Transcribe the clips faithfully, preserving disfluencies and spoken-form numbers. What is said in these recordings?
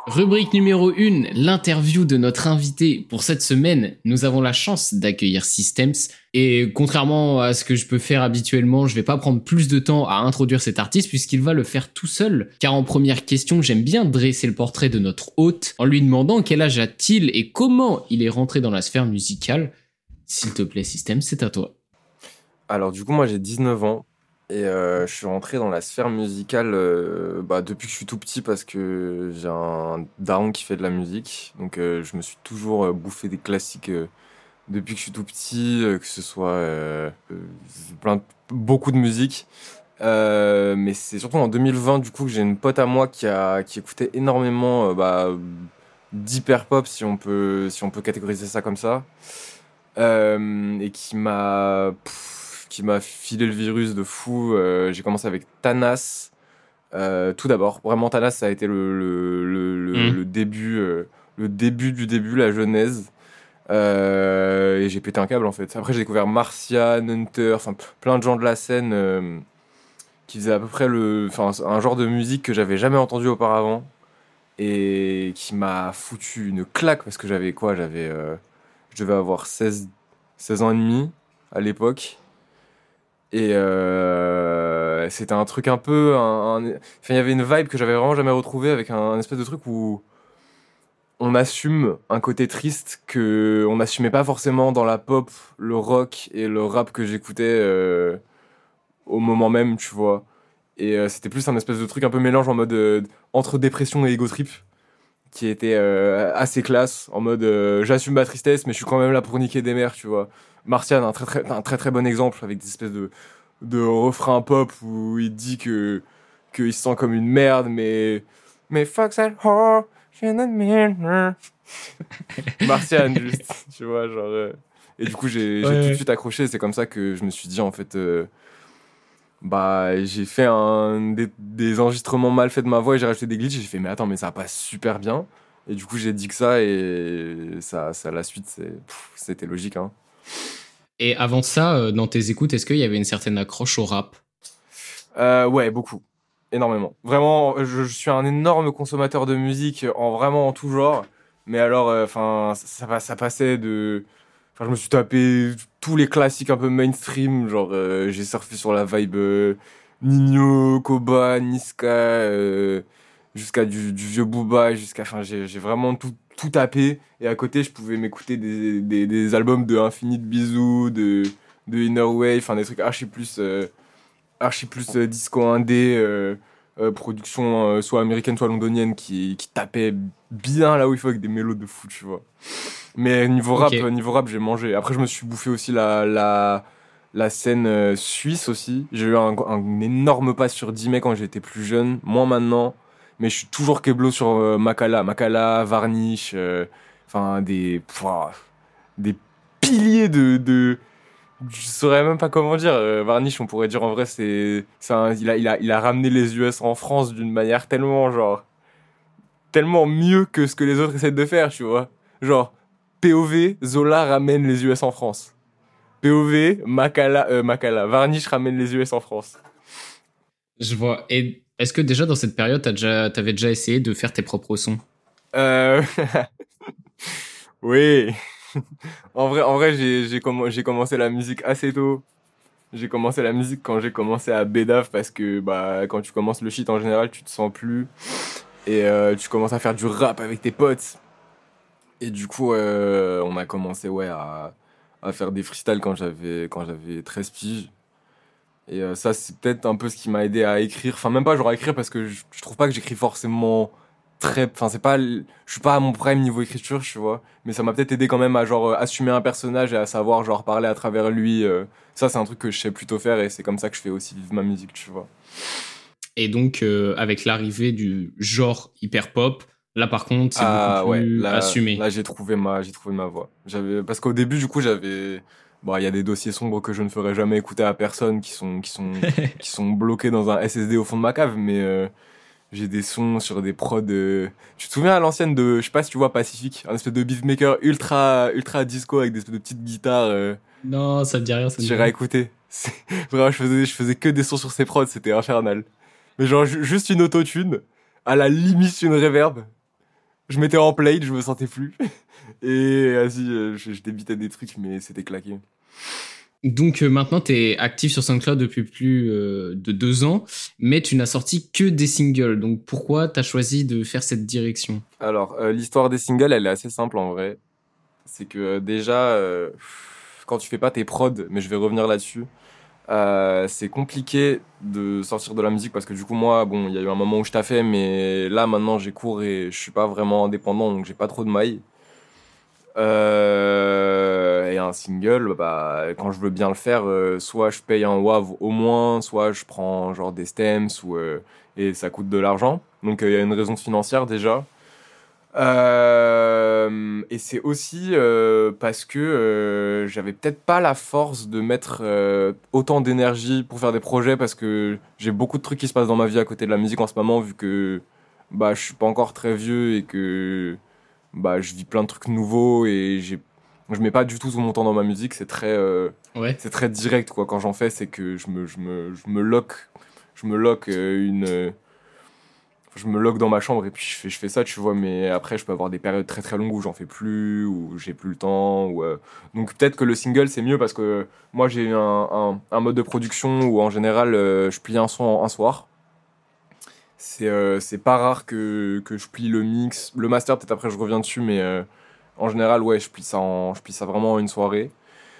Rubrique numéro un, l'interview de notre invité. Pour cette semaine, nous avons la chance d'accueillir Systems. Et contrairement à ce que je peux faire habituellement, je vais pas prendre plus de temps à introduire cet artiste puisqu'il va le faire tout seul. Car en première question, j'aime bien dresser le portrait de notre hôte en lui demandant quel âge a-t-il et comment il est rentré dans la sphère musicale. S'il te plaît, Systems, c'est à toi. Alors du coup, moi j'ai dix-neuf ans. Et euh, je suis rentré dans la sphère musicale euh, bah, depuis que je suis tout petit parce que j'ai un daron qui fait de la musique. Donc euh, je me suis toujours euh, bouffé des classiques euh, depuis que je suis tout petit, euh, que ce soit euh, euh, plein de- beaucoup de musique. Euh, mais c'est surtout en deux mille vingt du coup que j'ai une pote à moi qui a qui écoutait énormément euh, bah, d'hyper pop si on peut si on peut catégoriser ça comme ça. Euh, et qui m'a pff, qui m'a filé le virus de fou. Euh, j'ai commencé avec Thanas. Euh, tout d'abord, vraiment Thanas, ça a été le, le, le, le- Hmm. le début, euh, le début du début, la genèse. Euh, et j'ai pété un câble en fait. Après, j'ai découvert Martian, Hunter, enfin plein de gens de la scène euh, qui faisaient à peu près le, enfin un genre de musique que j'avais jamais entendu auparavant et qui m'a foutu une claque parce que j'avais quoi? J'avais, euh, je devais avoir seize seize ans et demi à l'époque. Et euh, c'était un truc un peu. Un, un- Enfin, il y avait une vibe que j'avais vraiment jamais retrouvée avec un, un espèce de truc où on assume un côté triste que on n'assumait pas forcément dans la pop, le rock et le rap que j'écoutais euh, au moment même, tu vois. Et euh, c'était plus un espèce de truc un peu mélange en mode euh, entre dépression et ego trip qui était euh, assez classe, en mode euh, j'assume ma tristesse, mais je suis quand même là pour niquer des mères, tu vois. Martial, un très très, un très très bon exemple avec des espèces de, de refrains pop où il dit que qu'il se sent comme une merde, mais mais fuck that whore, she not me. Martial, juste, tu vois, genre. euh, Et du coup, j'ai j'ai tout de Ouais. suite accroché. C'est comme ça que je me suis dit en fait. euh, bah, j'ai fait un, des, des enregistrements mal faits de ma voix et j'ai rajouté des glitches. Et j'ai fait, mais attends, mais ça passe super bien. Et du coup, j'ai dit que ça et ça, ça la suite, c'est, pff, c'était logique, hein. Et avant ça, euh, dans tes écoutes, est-ce qu'il y avait une certaine accroche au rap? Euh, ouais, beaucoup. Énormément. Vraiment, je, je suis un énorme consommateur de musique en vraiment en tout genre. Mais alors, enfin, ça, ça, ça passait de. Enfin, je me suis tapé tous les classiques un peu mainstream. Genre, euh, j'ai surfé sur la vibe euh, Nino, Koba, Niska, euh, jusqu'à du, du vieux Booba, jusqu'à. Enfin, j'ai, j'ai vraiment tout, tout tapé. Et à côté, je pouvais m'écouter des, des, des albums de Infinite Bisou, de, de Inner Wave, enfin, des trucs archi plus. euh, archi plus euh, disco indé, euh, euh, production euh, soit américaine soit londonienne qui, qui tapait bien là où il faut avec des mélos de fou, tu vois. Mais niveau Ok. rap, euh, niveau rap, j'ai mangé. Après, je me suis bouffé aussi la, la, la scène euh, suisse aussi. J'ai eu un, un énorme pas sur Dime quand j'étais plus jeune, moins maintenant. Mais je suis toujours Keblo sur euh, Makala. Makala, Varnish, euh, enfin des, pouah, des piliers de, de, je saurais même pas comment dire. Euh, Varnish, on pourrait dire en vrai, c'est, c'est un- il a, il a, il a ramené les U S en France d'une manière tellement, genre, tellement mieux que ce que les autres essaient de faire, tu vois. Genre, P O V, Zola ramène les U S en France. P O V, Makala, euh, Makala, Varnish ramène les U S en France. Je vois. Et est-ce que déjà dans cette période, t'as déjà, t'avais déjà essayé de faire tes propres sons? Euh, oui. En vrai, en vrai, j'ai, j'ai, comm- j'ai commencé la musique assez tôt. J'ai commencé la musique quand j'ai commencé à Bédaf parce que bah quand tu commences le shit en général, tu te sens plus et euh, tu commences à faire du rap avec tes potes. Et du coup, euh, on a commencé ouais à, à faire des freestyles quand j'avais quand j'avais treize piges. Et euh, ça, c'est peut-être un peu ce qui m'a aidé à écrire. Enfin, même pas genre à écrire parce que je, je trouve pas que j'écris forcément très. Enfin, c'est pas. l- Je suis pas à mon prime niveau écriture, tu vois. Mais ça m'a peut-être aidé quand même à genre euh, assumer un personnage et à savoir genre parler à travers lui. euh. Ça, c'est un truc que je sais plutôt faire et c'est comme ça que je fais aussi vivre ma musique, tu vois. Et donc, euh, avec l'arrivée du genre hyper pop, là par contre, c'est beaucoup Ah ouais, plus là, là assumé. j'ai trouvé ma, j'ai trouvé ma voix. J'avais, parce qu'au début, du coup, j'avais, bon, il y a des dossiers sombres que je ne ferai jamais écouter à personne, qui sont, qui sont, qui sont bloqués dans un S S D au fond de ma cave, mais euh, j'ai des sons sur des prods. euh, Tu te souviens à l'ancienne de, je sais pas si tu vois Pacific, un espèce de beatmaker ultra, ultra disco avec des espèces de petites guitares. Euh, Non, ça me dit rien, ça me dit J'irai rien. écouter. C'est- Vraiment, je faisais, je faisais que des sons sur ces prods, c'était infernal. Mais genre ju- juste une autotune, à la limite une reverb. je mettais en play, je me sentais plus. Et vas-y, euh, je, je débitais des trucs, mais c'était claqué. Donc euh, maintenant, tu es actif sur SoundCloud depuis plus euh, de deux ans, mais tu n'as sorti que des singles. Donc pourquoi tu as choisi de faire cette direction ? Alors, euh, l'histoire des singles, elle est assez simple en vrai. C'est que euh, déjà, euh, quand tu fais pas tes prods, mais je vais revenir là-dessus, euh, c'est compliqué de sortir de la musique parce que du coup, moi, bon, il y a eu un moment où je taffais, mais là, maintenant, j'ai cours et je suis pas vraiment indépendant, donc j'ai pas trop de mailles. Euh, et un single, bah, quand je veux bien le faire, euh, soit je paye un W A V au moins, soit je prends genre des stems ou, euh, et ça coûte de l'argent. Donc il euh, y a une raison financière déjà. Euh, et c'est aussi euh, parce que euh, j'avais peut-être pas la force de mettre euh, autant d'énergie pour faire des projets parce que j'ai beaucoup de trucs qui se passent dans ma vie à côté de la musique en ce moment vu que bah, je suis pas encore très vieux et que bah, je vis plein de trucs nouveaux et j'ai, je mets pas du tout tout mon temps dans ma musique. C'est très, euh, Ouais. c'est très direct quoi. Quand j'en fais, c'est que je me, je me, je me lock, je me lock euh, une, euh, je me lock dans ma chambre et puis je fais, je fais ça, tu vois. Mais après, je peux avoir des périodes très très longues où j'en fais plus, où j'ai plus le temps. Ou, euh, donc peut-être que le single c'est mieux parce que moi j'ai un, un, un mode de production où en général euh, je plie un son en un soir. C'est euh, c'est pas rare que, que je plie le mix. Le master, peut-être après je reviens dessus, mais euh, en général, ouais, je plie ça, en, je plie ça vraiment en une soirée.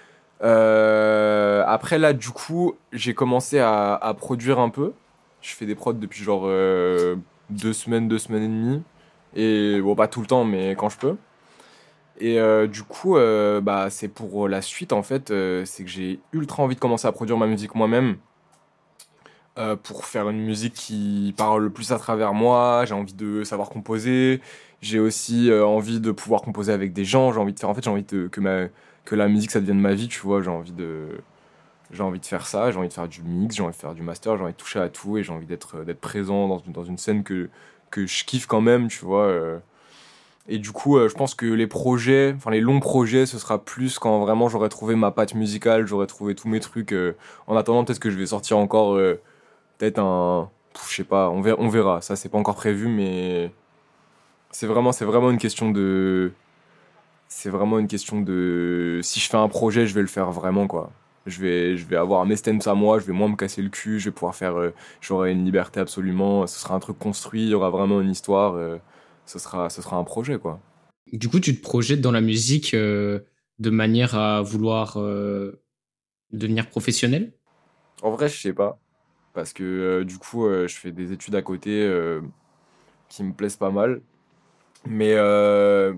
Euh, après, là, du coup, j'ai commencé à, à produire un peu. Je fais des prods depuis genre euh, deux semaines, deux semaines et demie. Et bon, pas tout le temps, mais quand je peux. Et euh, du coup, euh, bah, c'est pour la suite, en fait. Euh, c'est que j'ai ultra envie de commencer à produire ma musique moi-même. Euh, pour faire une musique qui parle le plus à travers moi. J'ai envie de savoir composer. J'ai aussi euh, envie de pouvoir composer avec des gens. J'ai envie de faire, en fait, j'ai envie de, que, ma, que la musique, ça devienne ma vie, tu vois. J'ai envie de, j'ai envie de faire ça. J'ai envie de faire du mix, j'ai envie de faire du master, j'ai envie de toucher à tout et j'ai envie d'être, d'être présent dans une, dans une scène que, que je kiffe quand même, tu vois. euh. Et du coup, euh, je pense que les projets, enfin les longs projets, ce sera plus quand vraiment j'aurai trouvé ma patte musicale, j'aurai trouvé tous mes trucs. euh. En attendant, peut-être que je vais sortir encore euh, peut-être un, je sais pas, on verra, on verra. Ça, c'est pas encore prévu, mais c'est vraiment, c'est vraiment une question de, c'est vraiment une question de, si je fais un projet, je vais le faire vraiment quoi. Je vais, je vais avoir mes stems à moi, je vais moins me casser le cul, je vais pouvoir faire, euh, j'aurai une liberté absolument. Ce sera un truc construit, il y aura vraiment une histoire. euh, ce sera, ce sera un projet quoi. Du coup, tu te projettes dans la musique euh, de manière à vouloir euh, devenir professionnel ? En vrai, je sais pas, parce que euh, du coup, euh, je fais des études à côté euh, qui me plaisent pas mal, mais euh,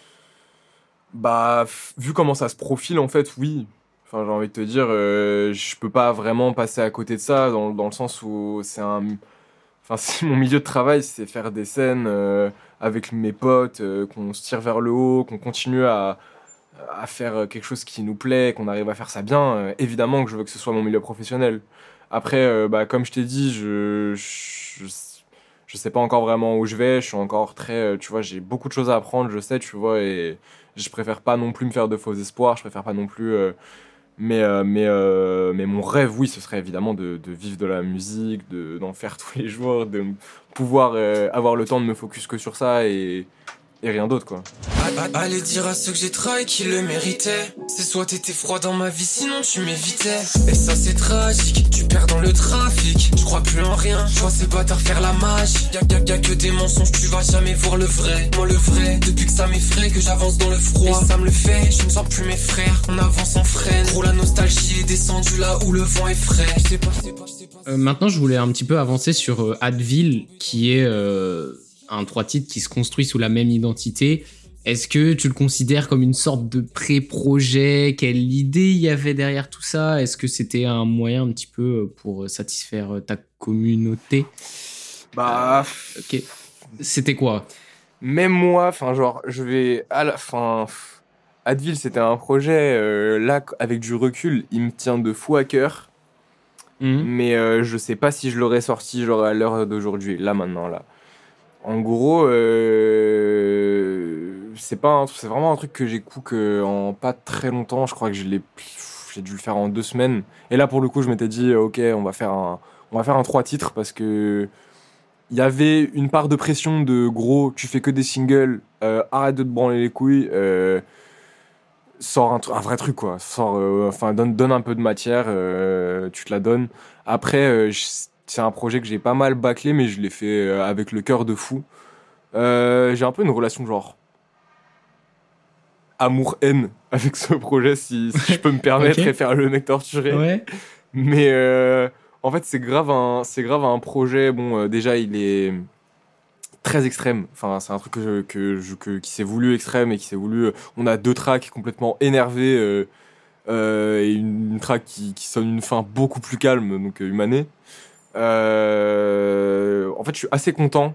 bah, f- vu comment ça se profile, en fait, oui. Enfin, j'ai envie de te dire, euh, je peux pas vraiment passer à côté de ça, dans, dans le sens où c'est un... Enfin, si mon milieu de travail, c'est faire des scènes euh, avec mes potes, euh, qu'on se tire vers le haut, qu'on continue à, à faire quelque chose qui nous plaît, qu'on arrive à faire ça bien, euh, évidemment que je veux que ce soit mon milieu professionnel. Après, euh, bah, comme je t'ai dit, je, je, je sais pas encore vraiment où je vais, je suis encore très, euh, tu vois, j'ai beaucoup de choses à apprendre, je sais, tu vois, et je préfère pas non plus me faire de faux espoirs, je préfère pas non plus... euh, mais, euh, mais, euh, mais mon rêve, oui, ce serait évidemment de, de vivre de la musique, de, d'en faire tous les jours, de pouvoir euh, avoir le temps de me focus que sur ça et, et rien d'autre, quoi. Allez dire à ceux que j'ai trahi qu'ils le méritaient. C'est soit t'étais froid dans ma vie, sinon tu m'évitais. Et ça c'est tragique, tu perds dans le trafic. Je crois plus en rien, je vois ces bâtards faire la magie. Y'a, y'a, y'a que des mensonges, tu vas jamais voir le vrai. Moi le vrai, depuis que ça m'effraie, que j'avance dans le froid. Et ça me le fait, je ne sens plus mes frères. On avance en freine, gros la nostalgie est descendue là où le vent est frais. Je sais pas, je sais pas, je sais pas. Euh, maintenant, je voulais un petit peu avancer sur euh, Advil, qui est euh, un trois titres qui se construit sous la même identité. Est-ce que tu le considères comme une sorte de pré-projet ? Quelle idée il y avait derrière tout ça ? Est-ce que c'était un moyen un petit peu pour satisfaire ta communauté ? Bah, euh, ok. C'était quoi ? Même moi, enfin, genre, je vais à la fin. Advil, c'était un projet, euh, là, avec du recul, il me tient de fou à cœur. Mmh. Mais euh, je sais pas si je l'aurais sorti, genre, à l'heure d'aujourd'hui, là, maintenant, là. En gros, euh, c'est pas un, c'est vraiment un truc que j'écoute en pas très longtemps. Je crois que je l'ai, j'ai dû le faire en deux semaines. Et là, pour le coup, je m'étais dit, ok, on va faire un, on va faire un trois titres parce que il y avait une part de pression de gros, tu fais que des singles, euh, arrête de te branler les couilles, euh, sors un, tru- un vrai truc quoi, sors, euh, enfin donne, donne un peu de matière, euh, tu te la donnes. Après, euh, je- c'est un projet que j'ai pas mal bâclé, mais je l'ai fait euh, avec le cœur de fou. Euh, j'ai un peu une relation genre amour-haine avec ce projet, si, si je peux me permettre Ok. et faire le mec torturé. Ouais. Mais euh, en fait, c'est grave un, c'est grave un projet. Bon, euh, déjà, il est très extrême. Enfin, c'est un truc que je, que je- que- qui s'est voulu extrême et qui s'est voulu. euh, On a deux tracks complètement énervés euh, euh, et une, une track qui, qui sonne une fin beaucoup plus calme, donc euh, humanée. Euh, en fait, je suis assez content.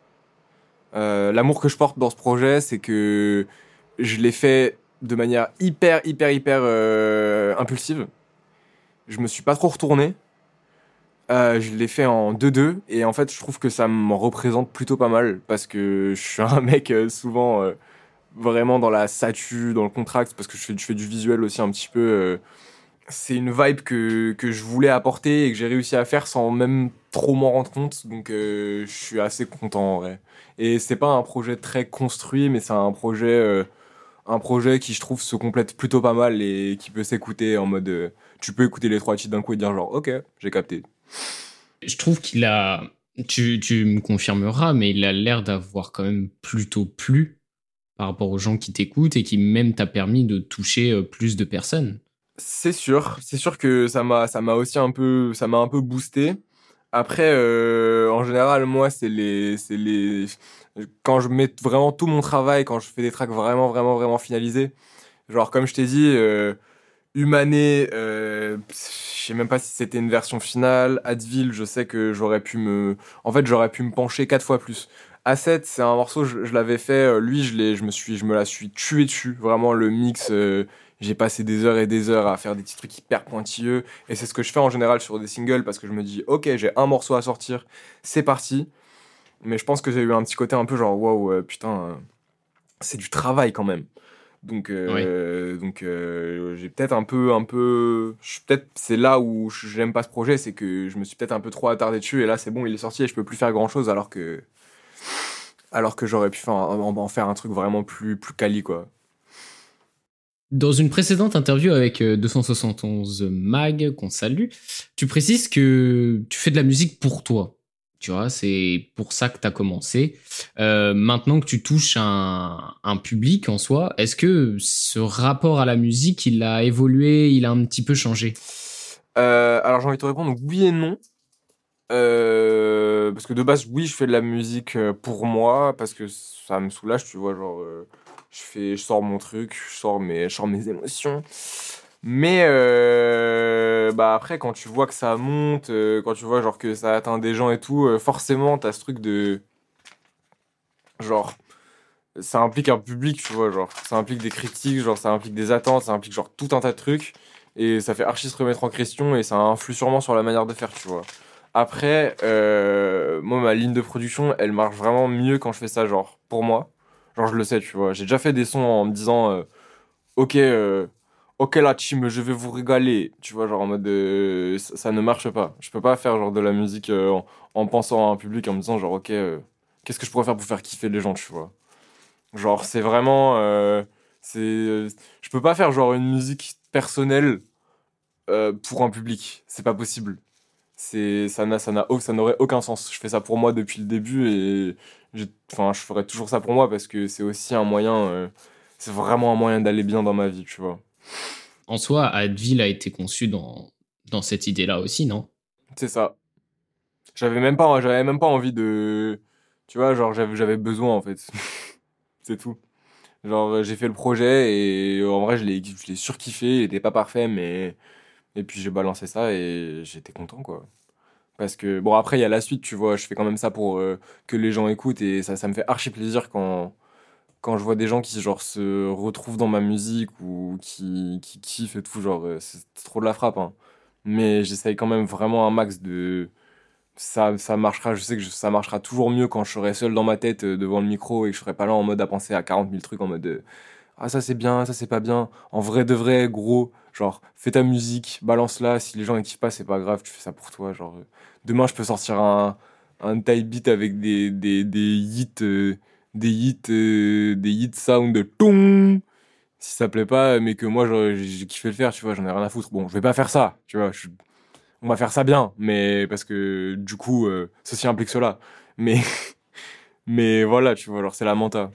Euh, l'amour que je porte dans ce projet, c'est que je l'ai fait de manière hyper, hyper, hyper euh, impulsive. Je me suis pas trop retourné. Euh, je l'ai fait en deux deux et en fait je trouve que ça me représente plutôt pas mal parce que je suis un mec euh, souvent euh, vraiment dans la satu, dans le contract parce que je fais, je fais du visuel aussi un petit peu. euh, c'est une vibe que, que je voulais apporter et que j'ai réussi à faire sans même trop m'en rendre compte donc euh, je suis assez content en vrai. Et c'est pas un projet très construit mais c'est un projet, euh, un projet qui je trouve se complète plutôt pas mal et qui peut s'écouter en mode euh, tu peux écouter les trois titres d'un coup et dire genre ok j'ai capté. Je trouve qu'il a, tu, tu me confirmeras, mais il a l'air d'avoir quand même plutôt plu par rapport aux gens qui t'écoutent et qui même t'a permis de toucher euh, plus de personnes. C'est sûr, c'est sûr que ça m'a ça m'a aussi un peu ça m'a un peu boosté. Après euh, en général moi c'est les c'est les quand je mets vraiment tout mon travail, quand je fais des tracks vraiment vraiment vraiment finalisés. Genre comme je t'ai dit euh, Humané euh, je sais même pas si c'était une version finale, Advil, je sais que j'aurais pu me en fait, j'aurais pu me pencher quatre fois plus. A sept, c'est un morceau je, je l'avais fait euh, lui je l'ai je me suis je me la suis tué dessus, vraiment le mix euh, j'ai passé des heures et des heures à faire des petits trucs hyper pointilleux et c'est ce que je fais en général sur des singles parce que je me dis OK, j'ai un morceau à sortir, c'est parti. Mais je pense que j'ai eu un petit côté un peu genre waouh euh, putain euh, c'est du travail quand même. Donc, Oui. euh, donc euh, j'ai peut-être un peu, un peu, je suis peut-être, c'est là où je- j'aime pas ce projet, c'est que je me suis peut-être un peu trop attardé dessus et là c'est bon, il est sorti et je peux plus faire grand chose alors que, alors que j'aurais pu faire, en, en faire un truc vraiment plus, plus quali quoi. Dans une précédente interview avec euh, deux cent soixante et onze Mag, qu'on salue, tu précises que tu fais de la musique pour toi. Tu vois, c'est pour ça que tu as commencé. Euh, maintenant que tu touches un, un public en soi, est-ce que ce rapport à la musique, il a évolué, il a un petit peu changé? Euh, alors j'ai envie de te répondre oui et non. Euh, parce que de base, oui, je fais de la musique euh, pour moi, parce que ça me soulage, tu vois, genre, euh, je fais, je sors mon truc, je sors mes, je sors mes émotions. Mais euh, bah après, quand tu vois que ça monte, euh, quand tu vois genre que ça atteint des gens et tout, euh, forcément, t'as ce truc de, genre, ça implique un public, tu vois, genre, ça implique des critiques, genre, ça implique des attentes, ça implique genre tout un tas de trucs, et ça fait archi se remettre en question, et ça influe sûrement sur la manière de faire, tu vois. Après, euh, moi, ma ligne de production, elle marche vraiment mieux quand je fais ça, genre, pour moi. Genre, je le sais, tu vois. J'ai déjà fait des sons en me disant, euh, ok, euh, ok, la team, je vais vous régaler, tu vois, genre, en mode, euh, ça, ça ne marche pas. Je peux pas faire, genre, de la musique euh, en, en pensant à un public, en me disant, genre, ok, euh, qu'est-ce que je pourrais faire pour faire kiffer les gens, tu vois. Genre, c'est vraiment. Euh, c'est, euh, je peux pas faire genre une musique personnelle euh, pour un public. C'est pas possible. C'est, ça n'a, ça n'a, au- ça n'aurait aucun sens. Je fais ça pour moi depuis le début et j'ai, enfin, je ferai toujours ça pour moi parce que c'est aussi un moyen. Euh, c'est vraiment un moyen d'aller bien dans ma vie, tu vois. En soi, Advil a été conçu dans, dans cette idée-là aussi, non? C'est ça. J'avais même pas, j'avais même pas envie de, tu vois, genre j'avais, j'avais besoin en fait. C'est tout. Genre, euh, j'ai fait le projet et euh, en vrai, je l'ai, je l'ai surkiffé. Il était pas parfait, mais. Et puis j'ai balancé ça et j'étais content, quoi. Parce que, bon, après, il y a la suite, tu vois. Je fais quand même ça pour euh, que les gens écoutent et ça, ça me fait archi plaisir quand, quand je vois des gens qui, genre, se retrouvent dans ma musique ou qui, qui kiffent et tout. Genre, euh, c'est c'est trop de la frappe, hein. Mais j'essaye quand même vraiment un max de. Ça, ça marchera, je sais que je- ça marchera toujours mieux quand je serai seul dans ma tête euh, devant le micro et que je serai pas là en mode à penser à quarante mille trucs en mode euh, ah ça c'est bien, ça c'est pas bien. En vrai de vrai, gros, genre fais ta musique, balance-la, si les gens ne kiffent pas, c'est pas grave, tu fais ça pour toi. Genre euh, demain je peux sortir un un type beat avec des, des, des hits, euh, des hits, euh, des hits sound de toum, si ça plaît pas, mais que moi j'ai, j'ai kiffé le faire, tu vois, j'en ai rien à foutre. Bon, je vais pas faire ça, tu vois, je, on va faire ça bien, mais parce que du coup, euh, ceci implique cela. Mais, mais voilà, tu vois, alors c'est la menta.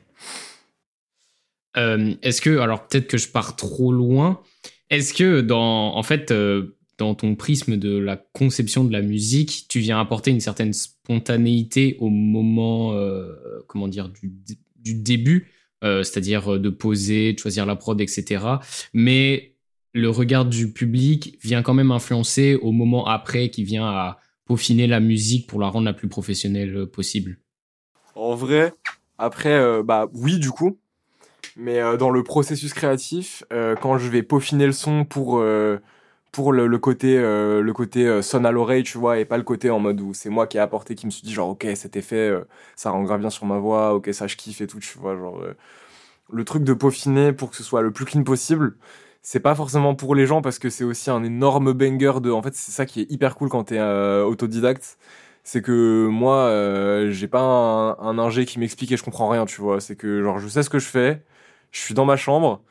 Euh, est-ce que, alors peut-être que je pars trop loin, est-ce que dans, en fait, euh, dans ton prisme de la conception de la musique, tu viens apporter une certaine spontanéité au moment, euh, comment dire, du, du début, euh, c'est-à-dire de poser, de choisir la prod, et cetera. Mais le regard du public vient quand même influencer au moment après qui vient à peaufiner la musique pour la rendre la plus professionnelle possible. En vrai, après, euh, bah oui, du coup. Mais euh, dans le processus créatif, euh, quand je vais peaufiner le son pour, euh, pour le, le côté, euh, le côté euh, sonne à l'oreille, tu vois, et pas le côté en mode où c'est moi qui ai apporté, qui me suis dit genre, ok, cet effet, euh, ça rend grave bien sur ma voix, ok, ça je kiffe et tout, tu vois, genre, euh, le truc de peaufiner pour que ce soit le plus clean possible, c'est pas forcément pour les gens parce que c'est aussi un énorme banger de, en fait, c'est ça qui est hyper cool quand t'es euh, autodidacte. C'est que moi, euh, j'ai pas un, un ingé qui m'explique et je comprends rien, tu vois. C'est que genre je sais ce que je fais, je suis dans ma chambre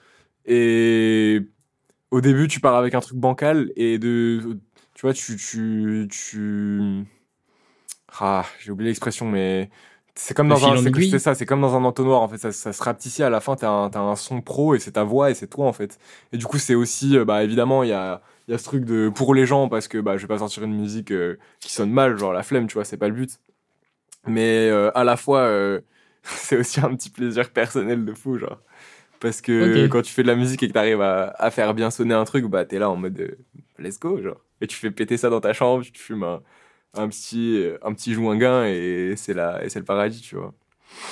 et au début tu pars avec un truc bancal et de, tu vois, tu tu tu, ah, j'ai oublié l'expression mais c'est comme Le dans fil un, en c'est que c'est aiguille. ça, c'est comme dans un entonnoir en fait, ça, ça se rapetissit à la fin, t'as un, t'as un son pro et c'est ta voix et c'est toi en fait. Et du coup c'est aussi, euh, bah évidemment il y a il y a ce truc de pour les gens parce que bah je vais pas sortir une musique euh, qui sonne mal, genre la flemme, tu vois, c'est pas le but. Mais euh, à la fois euh, c'est aussi un petit plaisir personnel de fou, genre. Parce que Ok. quand tu fais de la musique et que t'arrives à, à faire bien sonner un truc, bah t'es là en mode euh, let's go, genre. Et tu fais péter ça dans ta chambre, tu te fumes un, un petit, un petit joinguin et c'est la, et c'est le paradis, tu vois.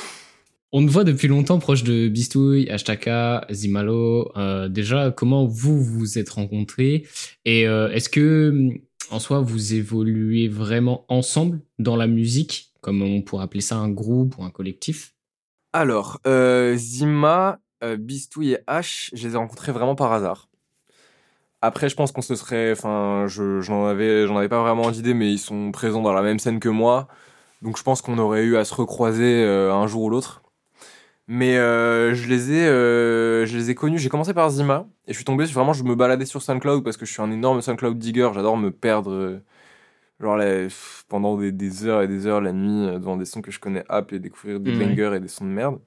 On te voit depuis longtemps proche de Bistouille, Ashtaka, Zimalo. Euh, déjà, comment vous vous êtes rencontrés? Et euh, est-ce que, en soi, vous évoluez vraiment ensemble dans la musique, comme on pourrait appeler ça un groupe ou un collectif? Alors, euh, Zima, euh, Bistouille et H, je les ai rencontrés vraiment par hasard. Après, je pense qu'on se serait, enfin, je, j'en avais, j'en avais pas vraiment d'idée, mais ils sont présents dans la même scène que moi, donc je pense qu'on aurait eu à se recroiser euh, un jour ou l'autre. Mais euh, je les ai, euh, je les ai connus. J'ai commencé par Zima et je suis tombé. Vraiment, je me baladais sur SoundCloud parce que je suis un énorme SoundCloud digger. J'adore me perdre, euh, genre les- pff, pendant des, des heures et des heures la nuit euh, devant des sons que je connais app et découvrir des Ouais. bangers et des sons de merde.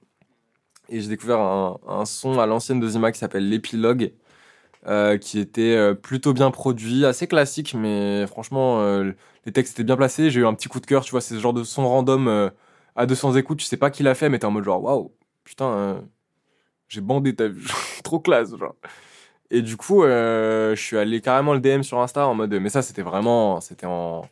Et j'ai découvert un, un son à l'ancienne de Zima qui s'appelle L'épilogue, euh, qui était euh, plutôt bien produit, assez classique, mais franchement, euh, les textes étaient bien placés. J'ai eu un petit coup de cœur, tu vois, c'est ce genre de son random euh, à deux cents écoutes. Tu sais pas qui l'a fait, mais t'es en mode genre waouh, putain. euh, j'ai bandé, t'as vu, trop classe, genre. Et du coup, euh, je suis allé carrément le D M sur Insta en mode. Mais ça, c'était vraiment. C'était en.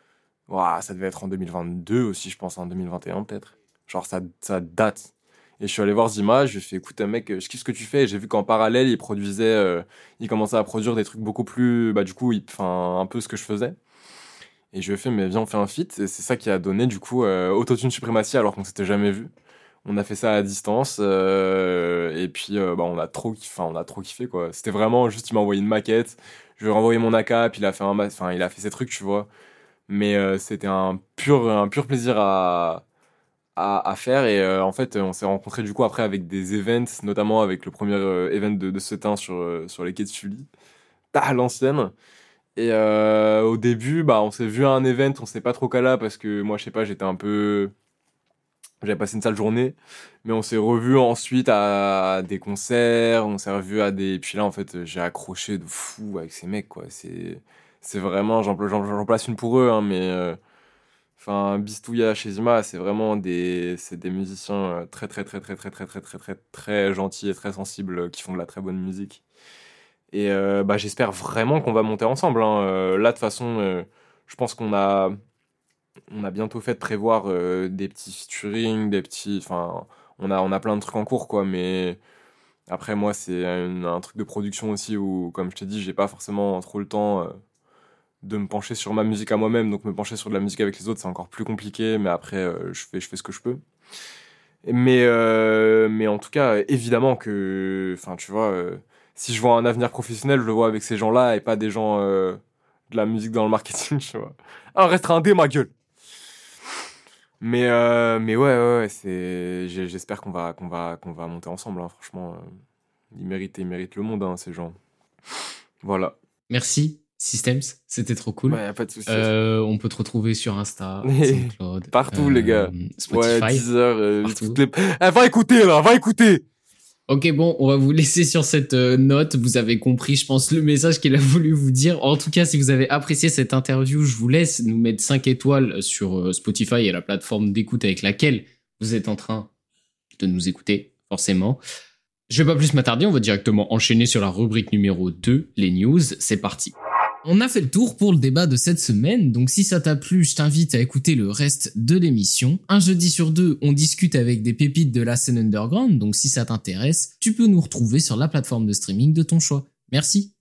Ouah, ça devait être en deux mille vingt-deux aussi, je pense, en deux mille vingt et un peut-être. Genre, ça, ça date. Et je suis allé voir Zima, je lui ai fait écoute, mec, je kiffe ce que tu fais. Et j'ai vu qu'en parallèle, il produisait. euh, il commençait à produire des trucs beaucoup plus. Bah, du coup, il- enfin, un peu ce que je faisais. Et je lui ai fait, mais viens, on fait un feat. Et c'est ça qui a donné, du coup, euh, Autotune Suprématie, alors qu'on s'était jamais vu. On a fait ça à distance euh, et puis euh, bah, on a trop kiffé, enfin, on a trop kiffé quoi. C'était vraiment juste il m'a envoyé une maquette, je lui ai renvoyé mon A K puis il a fait un ma- enfin il a fait ses trucs, tu vois. Mais euh, c'était un pur un pur plaisir à à, à faire et euh, en fait on s'est rencontrés du coup après avec des events, notamment avec le premier euh, event de de Setain sur euh, sur les quais de Sully, à l'ancienne. Et euh, au début, bah on s'est vu à un event, on s'est pas trop calé parce que moi je sais pas, j'étais un peu j'avais passé une sale journée, mais on s'est revu ensuite à des concerts, on s'est revu à des... Puis là, en fait, j'ai accroché de fou avec ces mecs, quoi. C'est, c'est vraiment... J'en, j'en, j'en place une pour eux, hein, mais... euh, Enfin, Bistouya chez Zima, c'est vraiment des... C'est des musiciens euh, très, très, très, très, très, très, très, très, très, très gentils et très sensibles euh, qui font de la très bonne musique. Et euh, bah, j'espère vraiment qu'on va monter ensemble, hein. Euh, là, de toute façon, euh, je pense qu'on a on a bientôt fait de prévoir euh, des petits featuring, des petits. Enfin, on a, on a plein de trucs en cours, quoi. Mais après, moi, c'est un, un truc de production aussi où, comme je t'ai dit, j'ai pas forcément trop le temps euh, de me pencher sur ma musique à moi-même. Donc, me pencher sur de la musique avec les autres, c'est encore plus compliqué. Mais après, euh, je fais, je fais ce que je peux. Mais, euh, mais en tout cas, évidemment que. Enfin, tu vois, euh, si je vois un avenir professionnel, je le vois avec ces gens-là et pas des gens euh, de la musique dans le marketing, tu vois. Un restreint dé, ma gueule! Mais, euh, mais ouais, ouais, ouais c'est... j'espère qu'on va, qu'on va, qu'on va monter ensemble. Hein. Franchement, euh, ils méritent, ils méritent le monde, hein, ces gens. Voilà. Merci, Systems. C'était trop cool. Ouais, pas de soucis. Euh, on peut te retrouver sur Insta, SoundCloud. Partout, euh, les gars. Spotify. Ouais, Deezer. Euh, partout. Les... Eh, va écouter, là, va écouter. Ok, bon, on va vous laisser sur cette euh, note. Vous avez compris, je pense, le message qu'il a voulu vous dire. En tout cas, si vous avez apprécié cette interview, je vous laisse nous mettre cinq étoiles sur euh, Spotify et la plateforme d'écoute avec laquelle vous êtes en train de nous écouter, forcément. Je vais pas plus m'attarder, on va directement enchaîner sur la rubrique numéro deux, les news. C'est parti. On a fait le tour pour le débat de cette semaine, donc si ça t'a plu, je t'invite à écouter le reste de l'émission. Un jeudi sur deux, on discute avec des pépites de la scène underground, donc si ça t'intéresse, tu peux nous retrouver sur la plateforme de streaming de ton choix. Merci.